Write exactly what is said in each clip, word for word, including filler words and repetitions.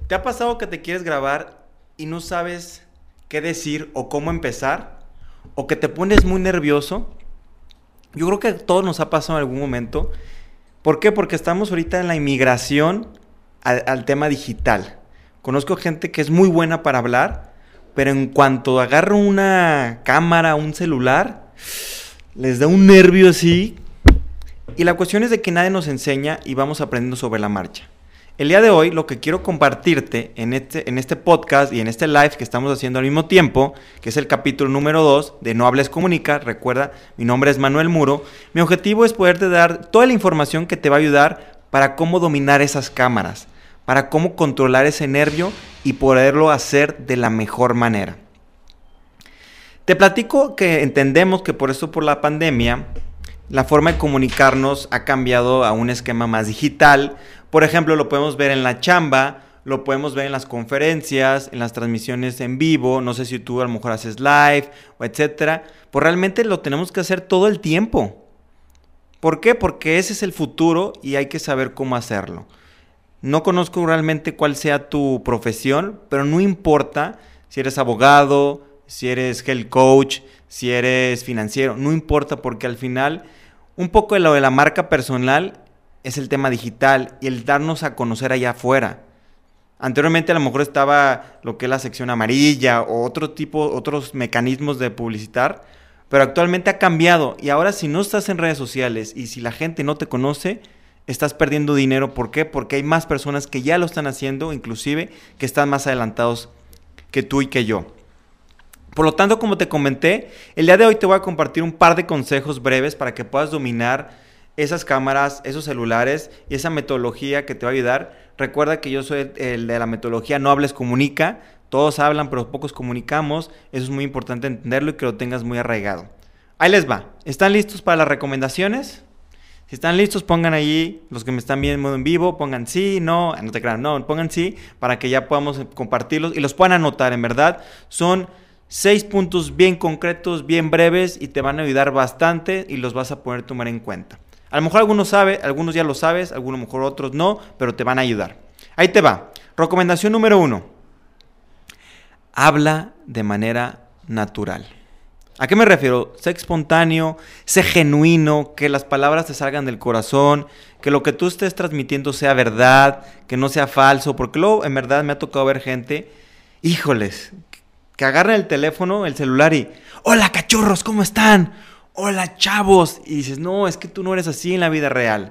¿Te ha pasado que te quieres grabar y no sabes qué decir o cómo empezar? ¿O que te pones muy nervioso? Yo creo que a todos nos ha pasado en algún momento. ¿Por qué? Porque estamos ahorita en la inmigración al, al tema digital. Conozco gente que es muy buena para hablar, pero en cuanto agarra una cámara, un celular, les da un nervio así. Y la cuestión es de que nadie nos enseña y vamos aprendiendo sobre la marcha. El día de hoy lo que quiero compartirte en este, en este podcast y en este live que estamos haciendo al mismo tiempo, que es el capítulo número dos de No Hables Comunica. Recuerda, mi nombre es Manuel Muro. Mi objetivo es poderte dar toda la información que te va a ayudar para cómo dominar esas cámaras, para cómo controlar ese nervio y poderlo hacer de la mejor manera. Te platico que entendemos que por eso, por la pandemia, la forma de comunicarnos ha cambiado a un esquema más digital. Por ejemplo, lo podemos ver en la chamba, lo podemos ver en las conferencias, en las transmisiones en vivo. No sé si tú a lo mejor haces live o etcétera. Pues realmente lo tenemos que hacer todo el tiempo. ¿Por qué? Porque ese es el futuro y hay que saber cómo hacerlo. No conozco realmente cuál sea tu profesión, pero no importa si eres abogado, si eres health coach, si eres financiero, no importa, porque al final un poco de lo de la marca personal es el tema digital y el darnos a conocer allá afuera. Anteriormente a lo mejor estaba lo que es la sección amarilla o otro tipo, otros mecanismos de publicitar, pero actualmente ha cambiado y ahora si no estás en redes sociales y si la gente no te conoce, estás perdiendo dinero. ¿Por qué? Porque hay más personas que ya lo están haciendo, inclusive que están más adelantados que tú y que yo. Por lo tanto, como te comenté, el día de hoy te voy a compartir un par de consejos breves para que puedas dominar esas cámaras, esos celulares y esa metodología que te va a ayudar. Recuerda que yo soy el de la metodología No Hables Comunica. Todos hablan, pero pocos comunicamos. Eso es muy importante entenderlo y que lo tengas muy arraigado. Ahí les va. ¿Están listos para las recomendaciones? Si están listos, pongan ahí, los que me están viendo en vivo, pongan sí, no, no te crean, no, pongan sí, para que ya podamos compartirlos y los puedan anotar, en verdad. Son seis puntos bien concretos, bien breves y te van a ayudar bastante y los vas a poder tomar en cuenta. A lo mejor algunos sabe, algunos ya lo sabes, algunos mejor otros no, pero te van a ayudar. Ahí te va. Recomendación número uno. Habla de manera natural. ¿A qué me refiero? Sé espontáneo, sé genuino, que las palabras te salgan del corazón, que lo que tú estés transmitiendo sea verdad, que no sea falso, porque luego en verdad me ha tocado ver gente, híjoles, que agarran el teléfono, el celular y hola cachorros, ¿cómo están? Hola chavos. Y dices, no, es que tú no eres así en la vida real.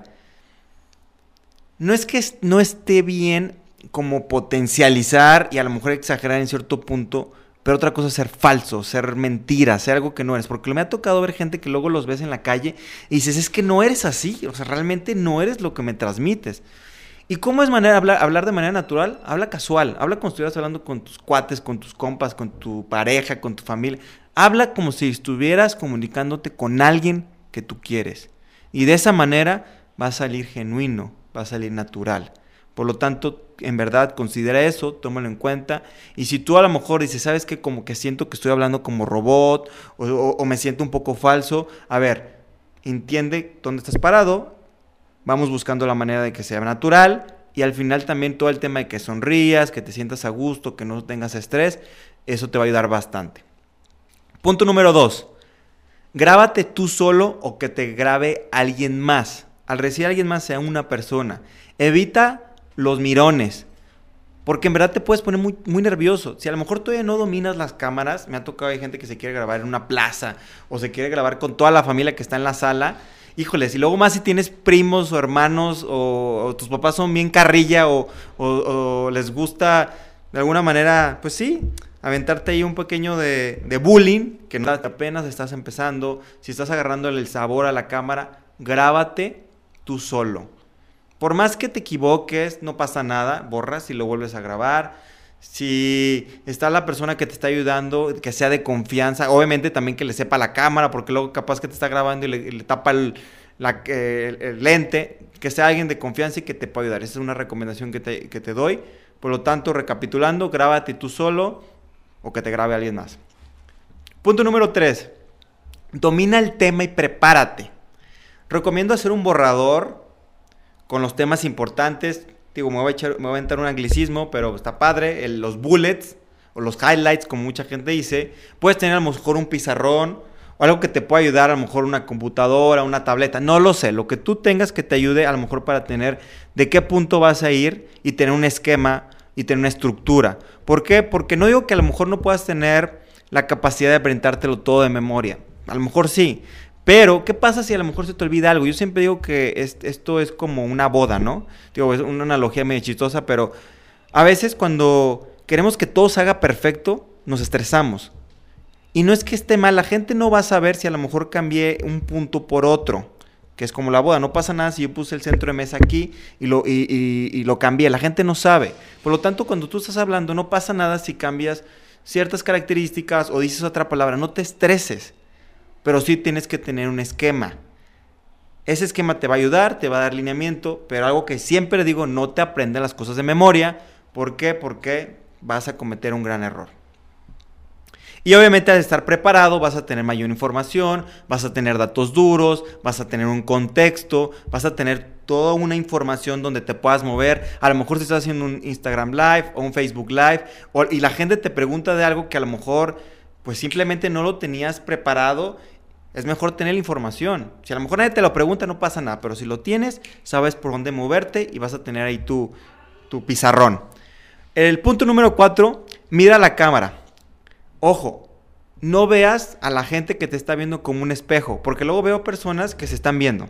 No es que no esté bien como potencializar y a lo mejor exagerar en cierto punto, pero otra cosa es ser falso, ser mentira, ser algo que no eres. Porque me ha tocado ver gente que luego los ves en la calle y dices, es que no eres así, o sea, realmente no eres lo que me transmites. ¿Y cómo es manera hablar, hablar de manera natural? Habla casual, habla como si estuvieras hablando con tus cuates, con tus compas, con tu pareja, con tu familia. Habla como si estuvieras comunicándote con alguien que tú quieres. Y de esa manera va a salir genuino, va a salir natural. Por lo tanto, en verdad, considera eso, tómalo en cuenta. Y si tú a lo mejor dices, ¿sabes qué? Como que siento que estoy hablando como robot o, o, o me siento un poco falso. A ver, entiende dónde estás parado. Vamos buscando la manera de que sea natural y al final también todo el tema de que sonrías, que te sientas a gusto, que no tengas estrés, eso te va a ayudar bastante. Punto número dos, grábate tú solo o que te grabe alguien más. Al recibir a alguien más sea una persona. Evita los mirones, porque en verdad te puedes poner muy, muy nervioso. Si a lo mejor todavía no dominas las cámaras, me ha tocado, hay gente que se quiere grabar en una plaza o se quiere grabar con toda la familia que está en la sala. Híjoles, y luego más si tienes primos o hermanos o, o tus papás son bien carrilla o, o, o les gusta de alguna manera, pues sí, aventarte ahí un pequeño de, de bullying, que no, apenas estás empezando, si estás agarrando el sabor a la cámara, grábate tú solo. Por más que te equivoques, no pasa nada, borras y lo vuelves a grabar. Si está la persona que te está ayudando, que sea de confianza, obviamente también que le sepa la cámara, porque luego capaz que te está grabando y le, y le tapa el, la, el, el lente, que sea alguien de confianza y que te pueda ayudar. Esa es una recomendación que te, que te doy. Por lo tanto, recapitulando, grábate tú solo o que te grabe alguien más. Punto número tres. Domina el tema y prepárate. Recomiendo hacer un borrador con los temas importantes. digo, me voy a, echar, me voy a aventar un anglicismo, pero está padre, el, los bullets o los highlights, como mucha gente dice. Puedes tener a lo mejor un pizarrón o algo que te pueda ayudar, a lo mejor una computadora, una tableta, no lo sé, lo que tú tengas que te ayude a lo mejor para tener de qué punto vas a ir y tener un esquema y tener una estructura. ¿Por qué? Porque no digo que a lo mejor no puedas tener la capacidad de aprendértelo todo de memoria, a lo mejor sí, pero ¿qué pasa si a lo mejor se te olvida algo? Yo siempre digo que es, esto es como una boda, ¿no? Digo, es una analogía medio chistosa, pero a veces cuando queremos que todo se haga perfecto, nos estresamos. Y no es que esté mal, la gente no va a saber si a lo mejor cambié un punto por otro, que es como la boda. No pasa nada si yo puse el centro de mesa aquí y lo, y, y, y lo cambié, la gente no sabe. Por lo tanto, cuando tú estás hablando, no pasa nada si cambias ciertas características o dices otra palabra, no te estreses, pero sí tienes que tener un esquema. Ese esquema te va a ayudar, te va a dar lineamiento, pero algo que siempre digo, no te aprendes las cosas de memoria. ¿Por qué? Porque vas a cometer un gran error. Y obviamente al estar preparado vas a tener mayor información, vas a tener datos duros, vas a tener un contexto, vas a tener toda una información donde te puedas mover. A lo mejor si estás haciendo un Instagram Live o un Facebook Live o, y la gente te pregunta de algo que a lo mejor pues simplemente no lo tenías preparado, es mejor tener la información. Si a lo mejor nadie te lo pregunta no pasa nada, pero si lo tienes, sabes por dónde moverte y vas a tener ahí tu, tu pizarrón. El punto número cuatro, mira la cámara. Ojo, no veas a la gente que te está viendo como un espejo, porque luego veo personas que se están viendo.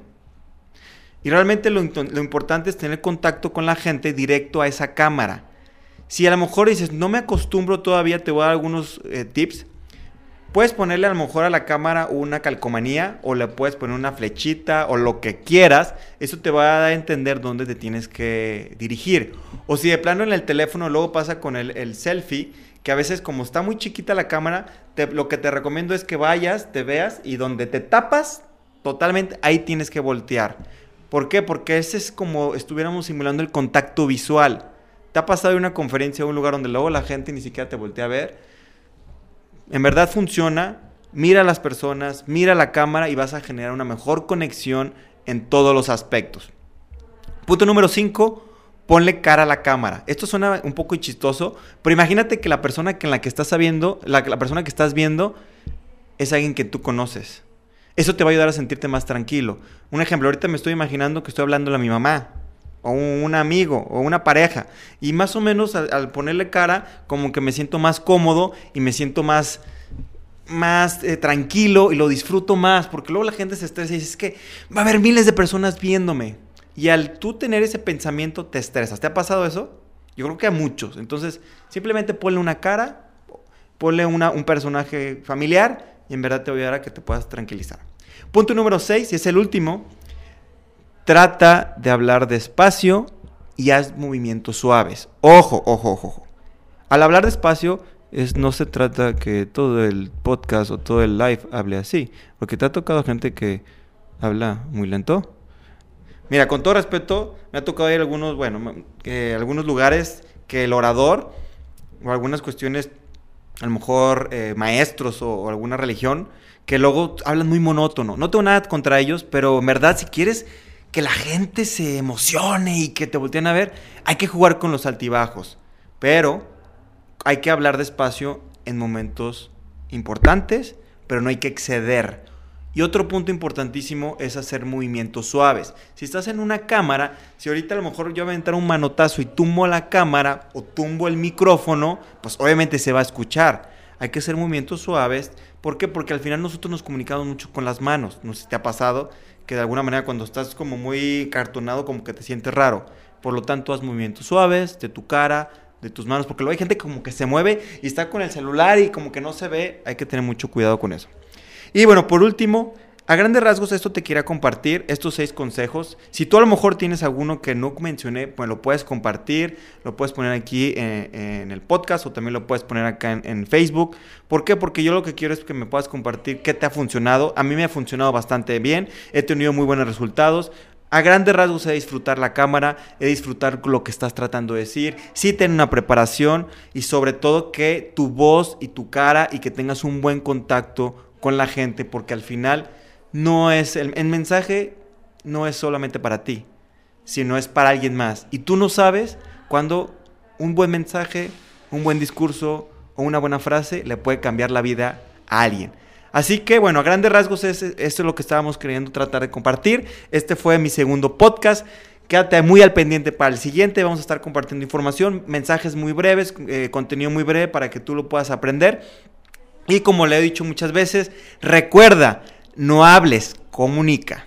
Y realmente lo, lo importante es tener contacto con la gente directo a esa cámara. Si a lo mejor dices, no me acostumbro todavía, te voy a dar algunos eh, tips. Puedes ponerle a lo mejor a la cámara una calcomanía o le puedes poner una flechita o lo que quieras. Eso te va a dar a entender dónde te tienes que dirigir. O si de plano en el teléfono luego pasa con el, el selfie, que a veces como está muy chiquita la cámara, te, lo que te recomiendo es que vayas, te veas y donde te tapas totalmente, ahí tienes que voltear. ¿Por qué? Porque ese es como estuviéramos simulando el contacto visual. ¿Te ha pasado en una conferencia o un lugar donde luego la gente ni siquiera te voltea a ver? En verdad funciona, mira a las personas, mira la cámara y vas a generar una mejor conexión en todos los aspectos. Punto número cinco. Ponle cara a la cámara. Esto suena un poco chistoso, pero imagínate que la persona que en la que estás viendo, la, la persona que estás viendo es alguien que tú conoces. Eso te va a ayudar a sentirte más tranquilo. Un ejemplo, ahorita me estoy imaginando que estoy hablándole a mi mamá, o un, un amigo, o una pareja, y más o menos al, al ponerle cara, como que me siento más cómodo y me siento más, más eh, tranquilo y lo disfruto más, porque luego la gente se estresa y dice, es que va a haber miles de personas viéndome. Y al tú tener ese pensamiento te estresas. ¿Te ha pasado eso? Yo creo que a muchos. Entonces, simplemente ponle una cara, ponle una, un personaje familiar y en verdad te va a ayudar a que te puedas tranquilizar. Punto número seis, y es el último. Trata de hablar despacio y haz movimientos suaves. Ojo, ojo, ojo, ojo. Al hablar despacio, es, no se trata que todo el podcast o todo el live hable así. Porque te ha tocado gente que habla muy lento. Mira, con todo respeto, me ha tocado ir a algunos, bueno, eh, algunos lugares que el orador o algunas cuestiones, a lo mejor eh, maestros o, o alguna religión, que luego hablan muy monótono. No tengo nada contra ellos, pero en verdad, si quieres que la gente se emocione y que te volteen a ver, hay que jugar con los altibajos. Pero hay que hablar despacio en momentos importantes, pero no hay que exceder. Y otro punto importantísimo es hacer movimientos suaves. Si estás en una cámara, si ahorita a lo mejor yo voy a aventar un manotazo y tumbo la cámara o tumbo el micrófono, pues obviamente se va a escuchar. Hay que hacer movimientos suaves. ¿Por qué? Porque al final nosotros nos comunicamos mucho con las manos. No sé si te ha pasado que de alguna manera cuando estás como muy cartonado como que te sientes raro. Por lo tanto, haz movimientos suaves de tu cara, de tus manos, porque luego hay gente como que se mueve y está con el celular y como que no se ve. Hay que tener mucho cuidado con eso. Y bueno, por último, a grandes rasgos esto te quería compartir, estos seis consejos. Si tú a lo mejor tienes alguno que no mencioné, pues lo puedes compartir, lo puedes poner aquí en, en el podcast o también lo puedes poner acá en, en Facebook. ¿Por qué? Porque yo lo que quiero es que me puedas compartir qué te ha funcionado. A mí me ha funcionado bastante bien, he tenido muy buenos resultados. A grandes rasgos he de disfrutar la cámara, he de disfrutar lo que estás tratando de decir, sí ten una preparación y sobre todo que tu voz y tu cara y que tengas un buen contacto con la gente, porque al final no es el, el mensaje no es solamente para ti, sino es para alguien más. Y tú no sabes cuándo un buen mensaje, un buen discurso o una buena frase le puede cambiar la vida a alguien. Así que, bueno, a grandes rasgos, es, esto es lo que estábamos queriendo tratar de compartir. Este fue mi segundo podcast. Quédate muy al pendiente para el siguiente. Vamos a estar compartiendo información, mensajes muy breves, eh, contenido muy breve para que tú lo puedas aprender. Y como le he dicho muchas veces, recuerda, no hables, comunica.